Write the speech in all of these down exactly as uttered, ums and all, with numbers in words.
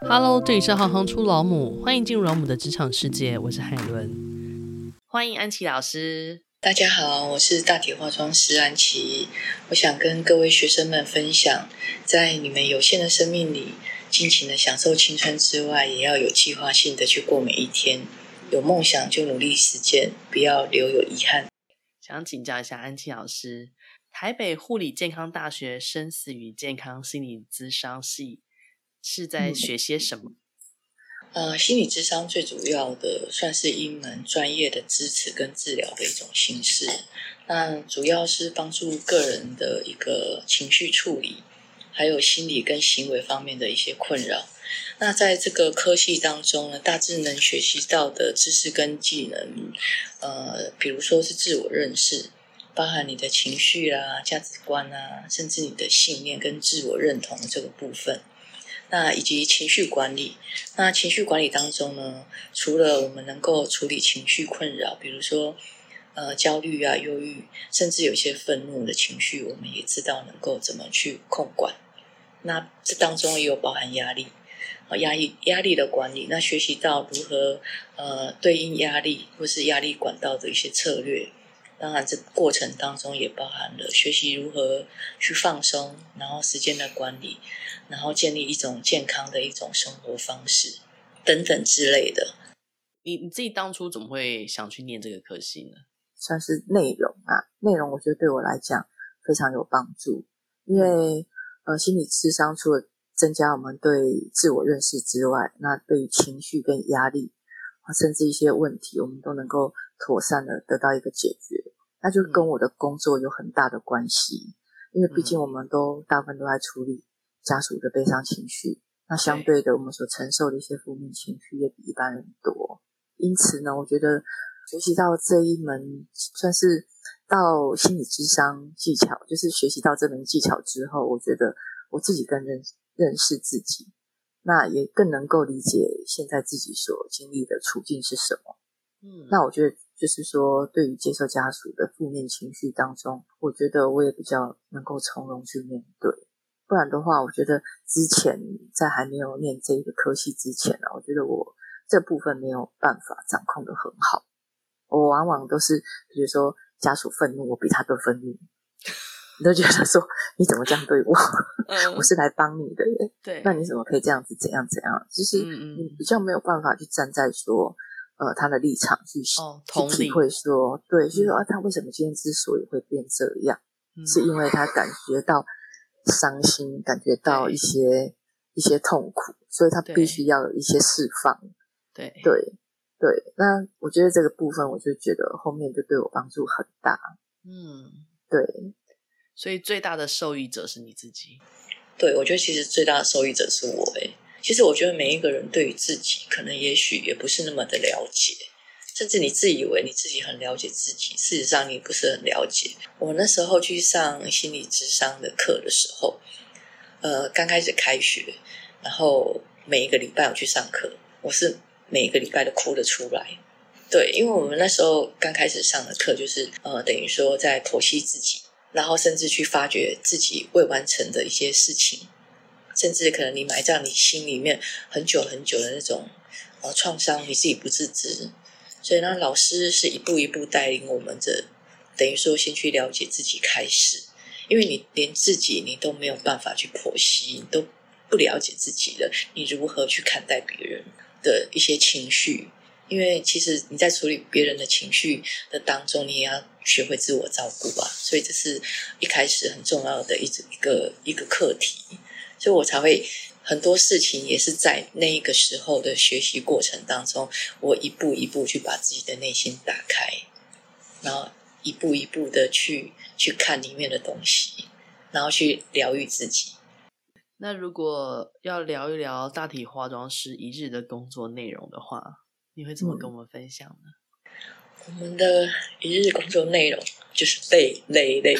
Hello， 这里是行行出老母，欢迎进入老母的职场世界，我是海伦。欢迎安琪老师。 大家好，我是大体化妆师安琪。我想跟各位学生们分享，在你们有限的生命里，尽情的享受青春之外，也要有计划性的去过每一天。有梦想就努力实践，不要留有遗憾。 想请教一下安琪老师，台北护理健康大学生死与健康心理咨商系是在学些什么？ 嗯、呃，心理咨商最主要的算是一门专业的支持跟治疗的一种形式。那主要是帮助个人的一个情绪处理，还有心理跟行为方面的一些困扰。那在这个科系当中呢，大致能学习到的知识跟技能，呃，比如说是自我认识，包含你的情绪啊、价值观啊，甚至你的信念跟自我认同的这个部分。那以及情绪管理，那情绪管理当中呢，除了我们能够处理情绪困扰，比如说呃焦虑啊、忧郁，甚至有些愤怒的情绪，我们也知道能够怎么去控管。那这当中也有包含压力，呃、压力压力的管理，那学习到如何呃对应压力或是压力管道的一些策略。当然这过程当中也包含了学习如何去放松，然后时间的管理，然后建立一种健康的一种生活方式等等之类的。 你你自己当初怎么会想去念这个科系呢？ 算是内容啊，内容我觉得对我来讲非常有帮助，因为、嗯、呃，心理咨商除了增加我们对自我认识之外，那对于情绪跟压力甚至一些问题，我们都能够妥善的得到一个解决，那就跟我的工作有很大的关系，因为毕竟我们都大部分都在处理家属的悲伤情绪，那相对的我们所承受的一些负面情绪也比一般人多，因此呢，我觉得学习到这一门算是到心理咨商技巧，就是学习到这门技巧之后，我觉得我自己更认认识自己，那也更能够理解现在自己所经历的处境是什么。嗯，那我觉得就是说，对于接受家属的负面情绪当中，我觉得我也比较能够从容去面对。不然的话，我觉得之前在还没有念这个科系之前呢、啊，我觉得我这部分没有办法掌控得很好。我往往都是，比如说家属愤怒，我比他更愤怒。你都觉得说你怎么这样对我、嗯、我是来帮你的耶，对，那你怎么可以这样子怎样怎样，就是你比较没有办法去站在说呃他的立场去、哦、去体会说，对，就是说、嗯啊、他为什么今天之所以会变这样、嗯、是因为他感觉到伤心，感觉到一些一些痛苦，所以他必须要有一些释放。对对对，那我觉得这个部分我就觉得后面就对我帮助很大。嗯，对， 所以最大的受益者是你自己。 对，我觉得其实最大的受益者是我诶。其实我觉得每一个人对于自己可能也许也不是那么的了解，甚至你自以为你自己很了解自己，事实上你不是很了解。我那时候去上心理咨商的课的时候，呃，刚开始开学，然后每一个礼拜我去上课，我是每一个礼拜都哭得出来。对，因为我们那时候刚开始上的课就是呃，等于说在剖析自己，然后甚至去发掘自己未完成的一些事情，甚至可能你埋在你心里面很久很久的那种呃创伤，你自己不自知。所以呢，老师是一步一步带领我们的，等于说先去了解自己开始，因为你连自己你都没有办法去剖析，你都不了解自己了，你如何去看待别人的一些情绪？因为其实你在处理别人的情绪的当中，你也要学会自我照顾啊，所以这是一开始很重要的一个一个课题，所以我才会很多事情也是在那一个时候的学习过程当中，我一步一步去把自己的内心打开，然后一步一步的去去看里面的东西，然后去疗愈自己。 那如果要聊一聊大体化妆师一日的工作内容的话，你会怎么跟我们分享呢？ 嗯、我们的一日工作内容就是累累累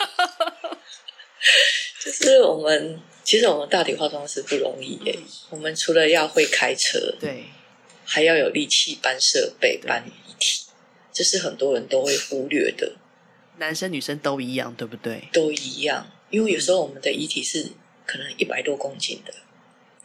就是我们其实我们大体化妆师不容易耶、嗯、我们除了要会开车，对，还要有力气搬设备搬遗体，这是很多人都会忽略的。 男生女生都一样对不对？ 都一样，因为有时候我们的遗体是可能一百多公斤的，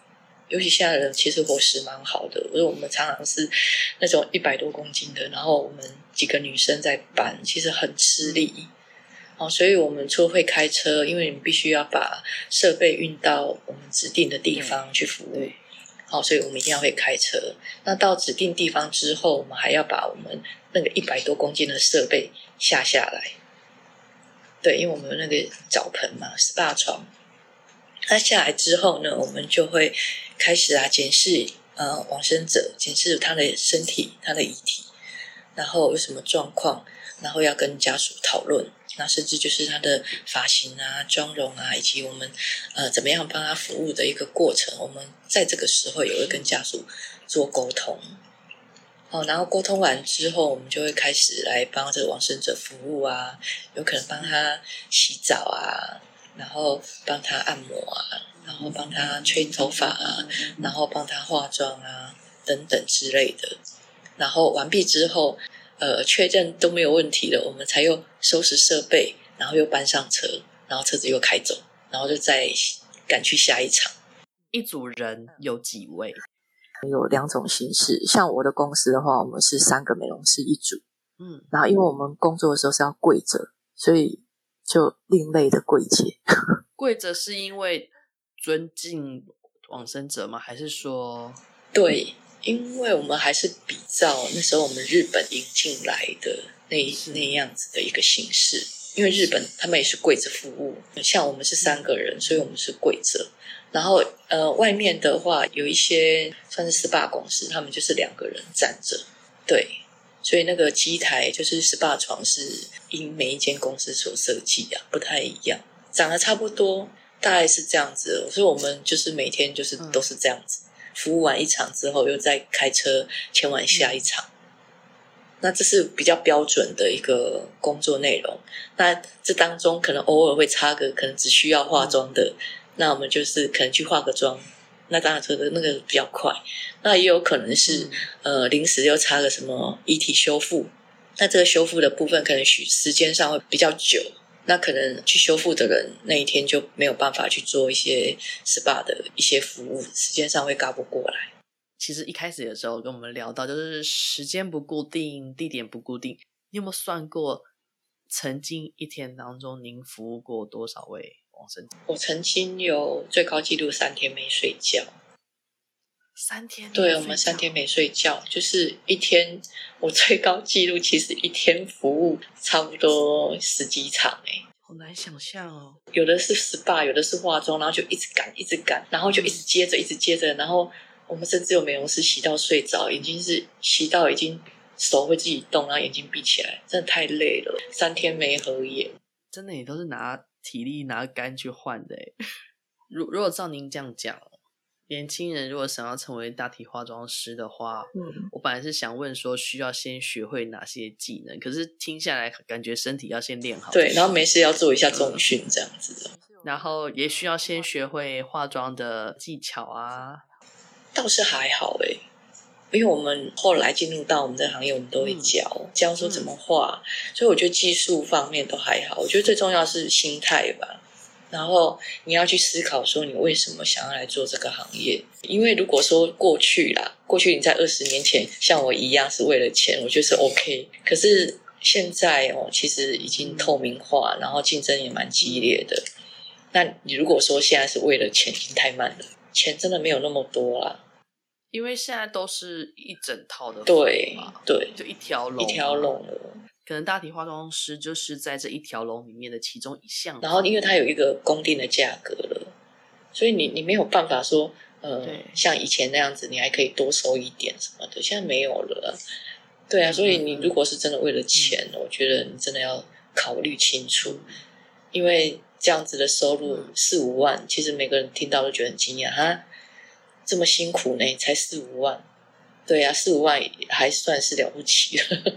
尤其现在的人其实伙食蛮好的，因为我们常常是那种一百多公斤的，然后我们几个女生在搬，其实很吃力。哦，所以我们除了会开车，因为你必须要把设备运到我们指定的地方去服务。好，所以我们一定要会开车。那到指定地方之后，我们还要把我们那个一百多公斤的设备下下来。对，因为我们有那个澡盆嘛 ，S P A 床。那下来之后呢，我们就会开始啊检视呃往生者，检视他的身体、他的遗体，然后有什么状况，然后要跟家属讨论。那甚至就是他的发型啊、妆容啊，以及我们呃怎么样帮他服务的一个过程，我们在这个时候也会跟家属做沟通。哦，然后沟通完之后，我们就会开始来帮这个往生者服务啊，有可能帮他洗澡啊。然后帮他按摩啊，然后帮他吹头发啊，然后帮他化妆啊等等之类的。然后完毕之后，呃，确认都没有问题了，我们才又收拾设备，然后又搬上车，然后车子又开走，然后就再赶去下一场。 一组人有几位？ 有两种形式，像我的公司的话，我们是三个美容师一组， 嗯， 然后因为我们工作的时候是要跪着，所以就另类的柜姐。 跪着是因为尊敬往生者吗？还是说？ 对，因为我们还是比照那时候我们日本引进来的那那样子的一个形式，因为日本他们也是跪着服务，像我们是三个人，所以我们是跪着。然后呃，外面的话有一些算是 S P A 公司，他们就是两个人站着，对。所以那个机台就是 S P A 床是因每一间公司所设计啊，不太一样，长得差不多，大概是这样子。所以我们就是每天就是都是这样子，嗯、服务完一场之后，又再开车前往下一场。嗯、那这是比较标准的一个工作内容。那这当中可能偶尔会插个可能只需要化妆的，嗯、那我们就是可能去化个妆。那当然，这个那个比较快。那也有可能是、嗯、呃临时又插个什么遗体修复，那这个修复的部分可能许时间上会比较久，那可能去修复的人那一天就没有办法去做一些 S P A 的一些服务，时间上会赶不过来。 其实一开始的时候跟我们聊到，就是时间不固定，地点不固定。你有没有算过，曾经一天当中您服务过多少位往生者？ 我曾经有最高纪录三天没睡觉。 三天没睡觉？ 对，我们三天没睡觉，就是一天。我最高纪录其实一天服务差不多十几场哎、欸， 好难想象哦。 有的是 S P A， 有的是化妆，然后就一直赶，一直赶，然后就一直接着，一直接着，然后我们甚至有美容师洗到睡着，眼睛是洗到已经手会自己动，然后眼睛闭起来，真的太累了，三天没合眼。 真的，你都是拿体力拿肝去换的哎。如如果照您这样讲，年轻人如果想要成为大体化妆师的话，嗯，我本来是想问说需要先学会哪些技能，可是听下来感觉身体要先练好。 对，然后没事要做一下重训这样子、嗯、 然后也需要先学会化妆的技巧啊。 倒是还好欸，因为我们后来进入到我们这个行业，我们都会教、嗯、教说怎么画、嗯、所以我觉得技术方面都还好。我觉得最重要是心态吧，然后你要去思考说你为什么想要来做这个行业。因为如果说过去啦，过去你在二十年前像我一样是为了钱，我觉得是 OK。可是现在哦，其实已经透明化，然后竞争也蛮激烈的。那你如果说现在是为了钱，已经太慢了，钱真的没有那么多啦。 因为现在都是一整套的， 对对， 就一条龙， 一条龙了。 可能大体化妆师就是在这一条龙里面的其中一项， 然后因为它有一个公定的价格了，所以你你没有办法说，呃，像以前那样子，你还可以多收一点什么的，现在没有了。对啊，所以你如果是真的为了钱，嗯、我觉得你真的要考虑清楚，因为这样子的收入四五万，其实每个人听到都觉得很惊讶哈。这么辛苦呢，才四五万，对啊，四五万还算是了不起了。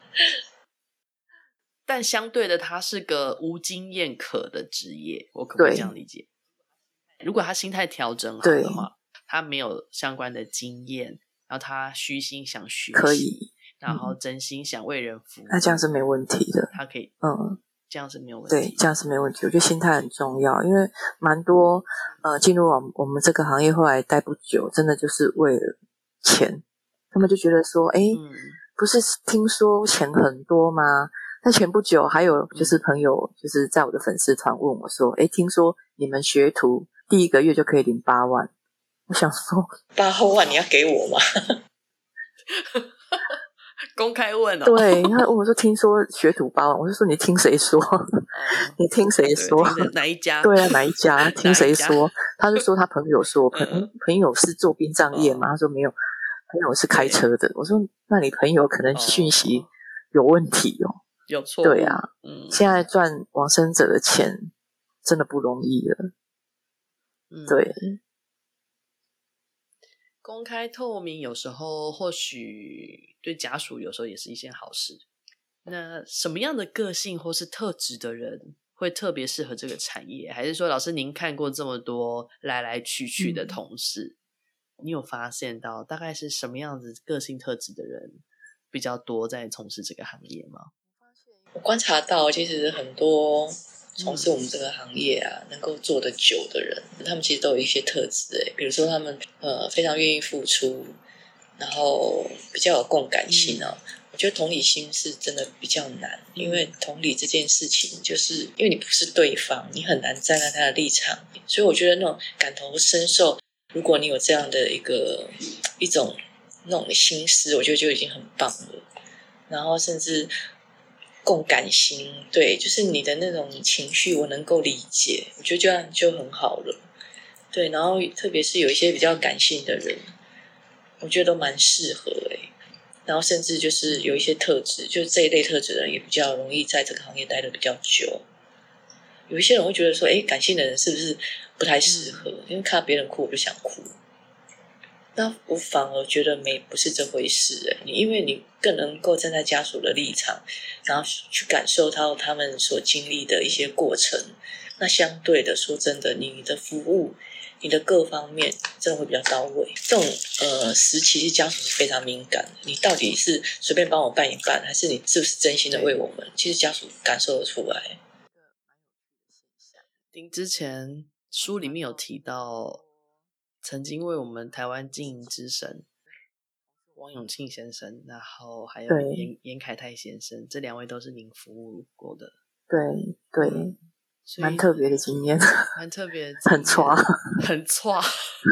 但相对的，他是个无经验可的职业，我可不可以这样理解？如果他心态调整好的话，他没有相关的经验，然后他虚心想学习， 可以， 然后真心想为人服务， 那这样是没问题的。 他可以， 嗯， 这样是没有问题。 对，这样是没问题。我觉得心态很重要，因为蛮多呃进入我们我们这个行业后来待不久，真的就是为了钱，他们就觉得说，哎、嗯，不是听说钱很多吗？但前不久还有就是朋友就是在我的粉丝团问我说，哎，听说你们学徒第一个月就可以领八万，我想说八万你要给我吗？ 公开问哦。 对，他问我说听说学徒八万，我就说你听谁说？你听谁说？ 哪一家？ 对啊，哪一家？听谁说？他就说他朋友说，朋、嗯、朋友是做殡葬业嘛、哦？他说没有，朋友是开车的。我说那你朋友可能讯息有问题哦。 有错， 对啊， 嗯， 现在赚往生者的钱真的不容易了，嗯，对。 公开透明有时候或许对家属有时候也是一件好事。那什么样的个性或是特质的人会特别适合这个产业？还是说，老师您看过这么多来来去去的同事，嗯、你有发现到大概是什么样子个性特质的人比较多在从事这个行业吗？ 我观察到其实很多从事我们这个行业啊、嗯、能够做得久的人，他们其实都有一些特质诶，比如说他们呃非常愿意付出，然后比较有共感性哦、嗯、我觉得同理心是真的比较难，因为同理这件事情就是因为你不是对方，你很难站在他的立场，所以我觉得那种感同身受，如果你有这样的一个一种那种心思，我觉得就已经很棒了。然后甚至共感心，对，就是你的那种情绪我能够理解，我觉得这样就很好了。对，然后特别是有一些比较感性的人，我觉得都蛮适合诶。然后甚至就是有一些特质，就是这一类特质的人也比较容易在这个行业待得比较久。有一些人会觉得说，哎，感性的人是不是不太适合？因为看到别人哭我就想哭。那我反而觉得没不是这回事诶，你因为你更能够站在家属的立场，然后去感受到他们所经历的一些过程。那相对的，说真的，你的服务、你的各方面真的会比较到位。这种呃时期，家属是非常敏感的。你到底是随便帮我办一办，还是你是不是真心的为我们？其实家属感受得出来。 您之前书里面有提到，曾经为我们台湾经营之神汪永庆先生，然后还有严严凯泰先生，这两位都是您服务过的。 对对，蛮特别的经验， 蛮特别的经验， 很挫， 很挫。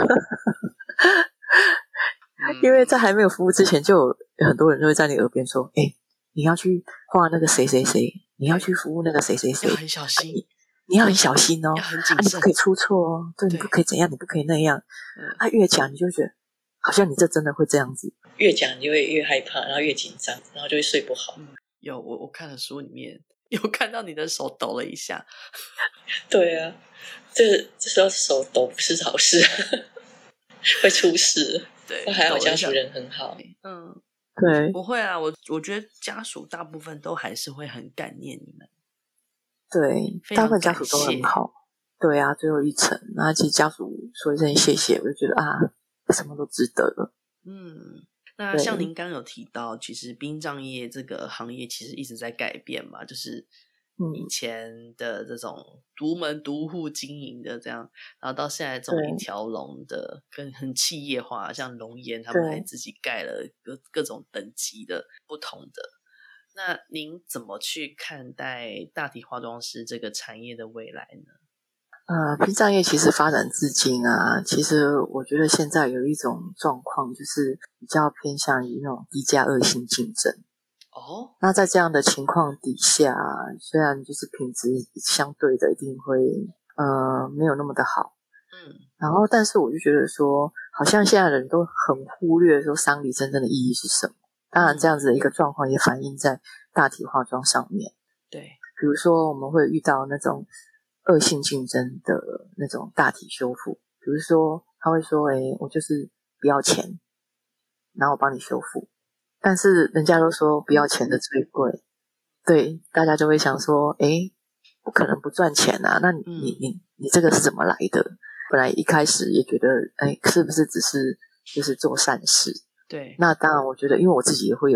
因为在还没有服务之前，就有很多人就会在你耳边说：“哎、欸，你要去画那个谁谁谁，你要去服务那个谁谁谁， 要很小心。啊” 你要很小心哦， 要很谨慎、 啊，你不可以出错哦，对，你不可以怎样，你不可以那样。嗯、啊，越讲你就觉得好像你这真的会这样子， 越讲你就会越害怕，然后越紧张，然后就会睡不好。 嗯、有我我看了书里面有看到你的手抖了一下。 对啊，这这时候手抖不是好事，会出事。 对， 还好家属人很好。 嗯， 对， 不会啊，我我觉得家属大部分都还是会很感念你们。 对，大部分家属都很好。对啊，最后一层，那其实家属说一声谢谢，我就觉得啊，什么都值得了。 嗯，那像您刚刚有提到，其实殡葬业这个行业其实一直在改变嘛，就是以前的这种独门独户经营的这样，然后到现在这种一条龙的，跟很企业化，像龙岩他们还自己盖了各各种等级的不同的。那您怎么去看待大体化妆师这个产业的未来呢？ 呃，殡葬业其实发展至今啊，其实我觉得现在有一种状况，就是比较偏向于那种低价恶性竞争。 哦， 那在这样的情况底下，虽然就是品质相对的一定会呃没有那么的好，嗯，然后但是我就觉得说，好像现在的人都很忽略说丧礼真正的意义是什么。当然，这样子的一个状况也反映在大体化妆上面。 对， 比如说我们会遇到那种恶性竞争的那种大体修复，比如说他会说：“哎，我就是不要钱，然后我帮你修复。”但是人家都说不要钱的最贵，对，大家就会想说：“哎，不可能不赚钱啊！那你、嗯、你你你这个是怎么来的？”本来一开始也觉得：“哎，是不是只是就是做善事？” 对， 那当然，我觉得，因为我自己也会有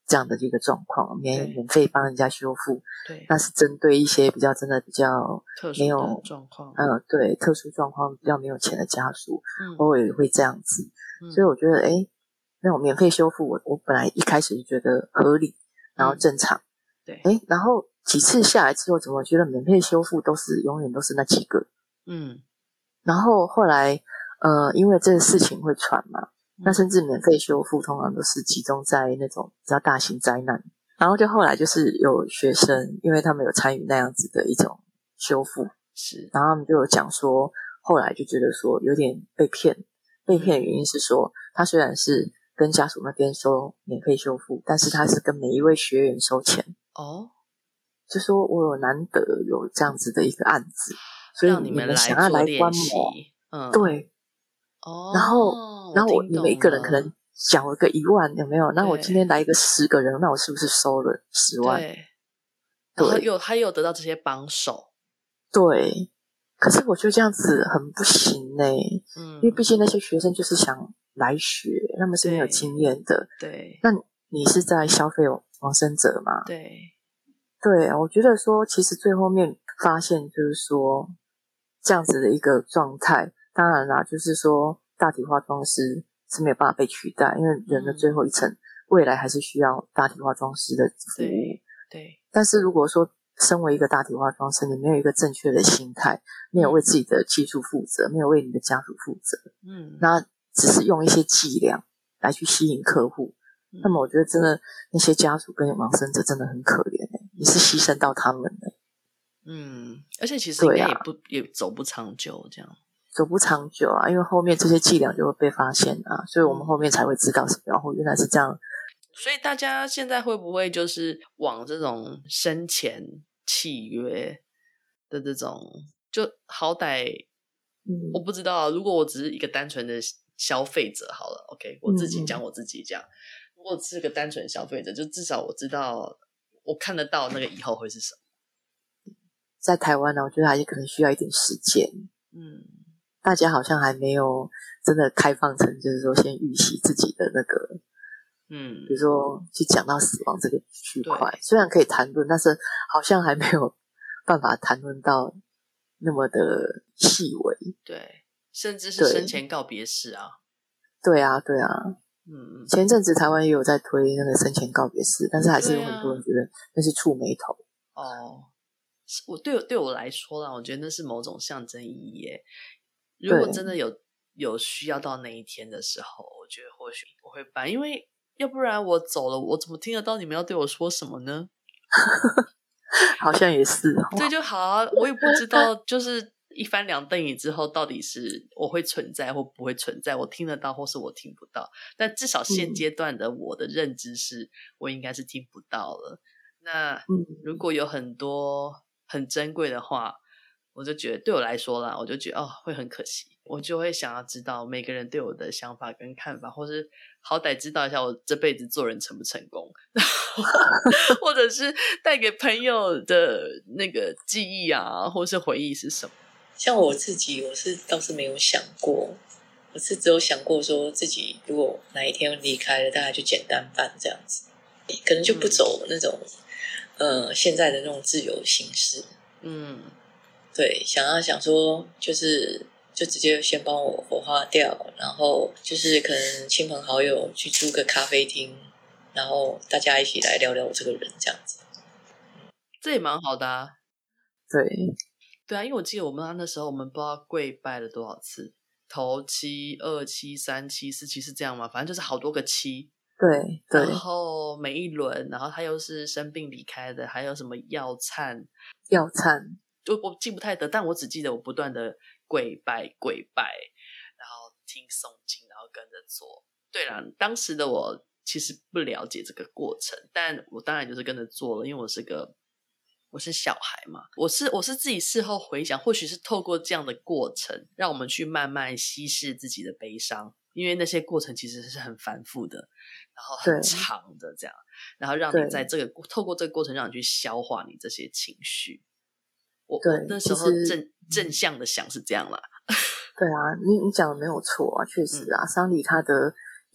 这样的一个状况，免免费帮人家修复， 对， 那是针对一些比较真的比较没有特殊的状况， 呃，对，特殊状况比较没有钱的家属， 嗯， 偶尔也会这样子， 嗯、 所以我觉得，哎，那种免费修复，我我本来一开始就觉得合理，然后正常， 嗯、对， 哎，然后几次下来之后，怎么觉得免费修复都是永远都是那几个， 嗯， 然后后来，呃，因为这个事情会传嘛。那甚至免费修复通常都是集中在那种比较大型灾难，然后就后来就是有学生，因为他们有参与那样子的一种修复， 是， 然后他们就有讲说，后来就觉得说有点被骗，被骗的原因是说，他虽然是跟家属那边收免费修复，但是他是跟每一位学员收钱哦， 就说我有难得有这样子的一个案子，所以让你们来想要来观摩， 嗯， 对。 哦， 然后，然后我你们一个人可能缴了个一万，有没有？那我今天来一个十个人，那我是不是收了十万？ 对，然后又他又得到这些帮手， 对。可是我觉得这样子很不行呢、欸，嗯，因为毕竟那些学生就是想来学，他们是没有经验的， 对。 那你是在消费往生者嘛？ 对， 对，我觉得说，其实最后面发现就是说，这样子的一个状态。当然啦，就是说大体化妆师是没有办法被取代，因为人的最后一层，嗯、未来还是需要大体化妆师的服务。 对，对。 但是如果说身为一个大体化妆师，你没有一个正确的心态，没有为自己的技术负责，没有为你的家属负责，嗯，那只是用一些伎俩来去吸引客户，嗯、那么我觉得真的那些家属跟往生者真的很可怜哎、欸，你是牺牲到他们哎、欸。 嗯，而且其实应该也不、啊、也走不长久这样。 走不长久啊，因为后面这些伎俩就会被发现啊，所以我们后面才会知道什么，然后原来是这样。 所以大家现在会不会就是往这种生前契约的这种，就好歹，嗯，我不知道，如果我只是一个单纯的消费者好了 ，OK， 我自己讲我自己讲，嗯、如果是个单纯消费者，就至少我知道，我看得到那个以后会是什么。 在台湾呢，我觉得还是可能需要一点时间，嗯。大家好像还没有真的开放成，就是说先预习自己的那个，嗯，比如说去讲到死亡这个区块，虽然可以谈论，但是好像还没有办法谈论到那么的细微。 对，甚至是生前告别式啊。 对啊，对啊，嗯，前阵子台湾也有在推那个生前告别式，但是还是有很多人觉得那是触霉头。 哦，我对对我来说啦，我觉得那是某种象征意义耶。如果真的有有需要到那一天的时候，我觉得或许我会办，因为要不然我走了，我怎么听得到你们要对我说什么呢？ 好像也是哦。 对就好啊，我也不知道，就是一翻两瞪眼之后，到底是我会存在或不会存在，我听得到或是我听不到。但至少现阶段的我的认知是、嗯、我应该是听不到了。那如果有很多很珍贵的话，我就觉得对我来说啦，我就觉得哦会很可惜，我就会想要知道每个人对我的想法跟看法，或是好歹知道一下我这辈子做人成不成功，或者是带给朋友的那个记忆啊，或是回忆是什么。 像我自己，我是倒是没有想过，我是只有想过说自己如果哪一天离开了，大家就简单办这样子，可能就不走那种、嗯、呃现在的那种自由形式。嗯。对，想要想说，就是就直接先帮我火化掉，然后就是可能亲朋好友去租个咖啡厅，然后大家一起来聊聊我这个人这样子。 这也蛮好的啊。 对， 对啊，因为我记得我们那时候我们不知道跪拜了多少次，头七、二七、三七、四七是这样吗？反正就是好多个七。 对对。 然后每一轮，然后他又是生病离开的，还有什么药忏、 药忏。 就我记不太得，但我只记得我不断的跪拜跪拜，然后听诵经，然后跟着做。对啦，当时的我其实不了解这个过程，但我当然就是跟着做了，因为我是个我是小孩嘛，我是我是自己事后回想，或许是透过这样的过程，让我们去慢慢稀释自己的悲伤，因为那些过程其实是很繁复的，然后很长的这样，然后让你在这个透过这个过程，让你去消化你这些情绪。我, 我那时候正正向的想是这样啦。 对啊，你你讲的没有错啊，确实啊，丧礼它的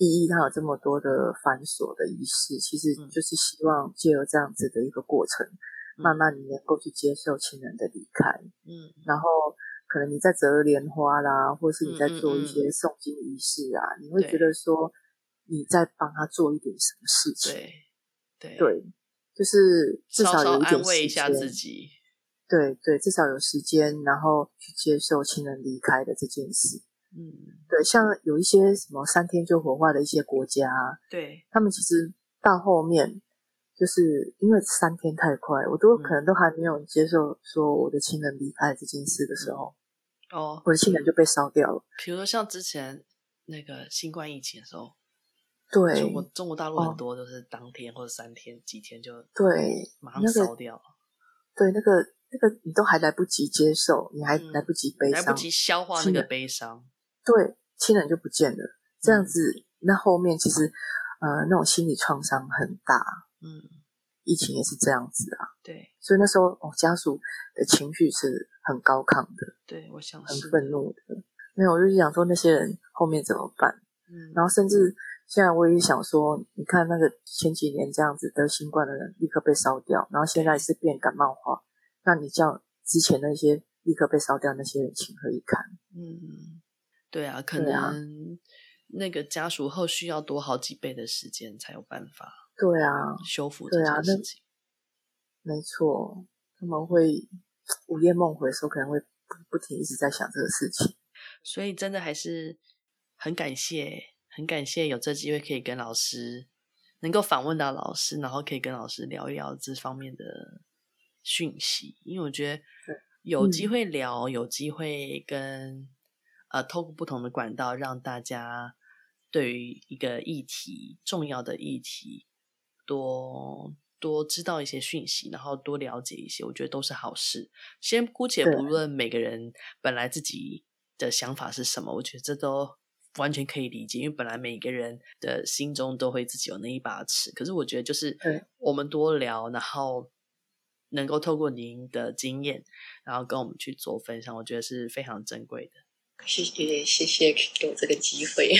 意义，它有这么多的繁琐的仪式，其实就是希望借由这样子的一个过程，嗯、慢慢你能够去接受亲人的离开，嗯，然后可能你在折莲花啦，或是你在做一些诵经仪式啊，嗯嗯嗯，你会觉得说你在帮他做一点什么事情， 对对对，就是至少有一点时间， 稍稍安慰一下自己， 对对，至少有时间，然后去接受亲人离开的这件事。嗯，对，像有一些什么三天就火化的一些国家， 对， 他们其实到后面就是因为三天太快，我都可能都还没有接受说我的亲人离开这件事的时候，嗯、哦，我的亲人就被烧掉了。 比如说像之前那个新冠疫情的时候， 对， 中国中国大陆很多都是当天或者三天、几天就对马上烧掉了。 那个、对，那个那个你都还来不及接受，你还来不及悲伤， 嗯、来不及消化那个悲伤。 对，亲人就不见了，这样子，嗯、那后面其实，呃，那种心理创伤很大。嗯，疫情也是这样子啊。 对， 所以那时候哦，家属的情绪是很高亢的。 对，我想很愤怒的。没有，我就想说那些人后面怎么办？嗯，然后甚至现在我也想说，你看那个前几年这样子得新冠的人立刻被烧掉，然后现在是变感冒化，那你叫之前那些立刻被烧掉那些人情何以堪？ 嗯。对啊，可能那个家属后续要多好几倍的时间才有办法。 对啊， 修复这件事情。 啊、没错，他们会午夜梦回的时候，可能会不停一直在想这个事情。 所以真的还是很感谢，很感谢有这机会可以跟老师能够访问到老师，然后可以跟老师聊一聊这方面的讯息，因为我觉得有机会聊，嗯、有机会跟。呃，透过不同的管道，让大家对于一个议题重要的议题多多知道一些讯息，然后多了解一些，我觉得都是好事。先姑且不论每个人本来自己的想法是什么，我觉得这都完全可以理解，因为本来每个人的心中都会自己有那一把尺。可是我觉得就是我们多聊，然后能够透过您的经验，然后跟我们去做分享，我觉得是非常珍贵的。 谢谢谢谢给我这个机会。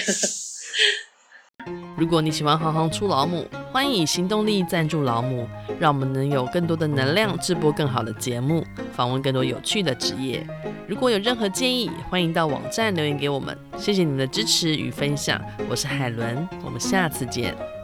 如果你喜欢行行出老母，欢迎以行动力赞助老母，让我们能有更多的能量制播更好的节目，访问更多有趣的职业。如果有任何建议，欢迎到网站留言给我们。谢谢你们的支持与分享，我是海伦，我们下次见。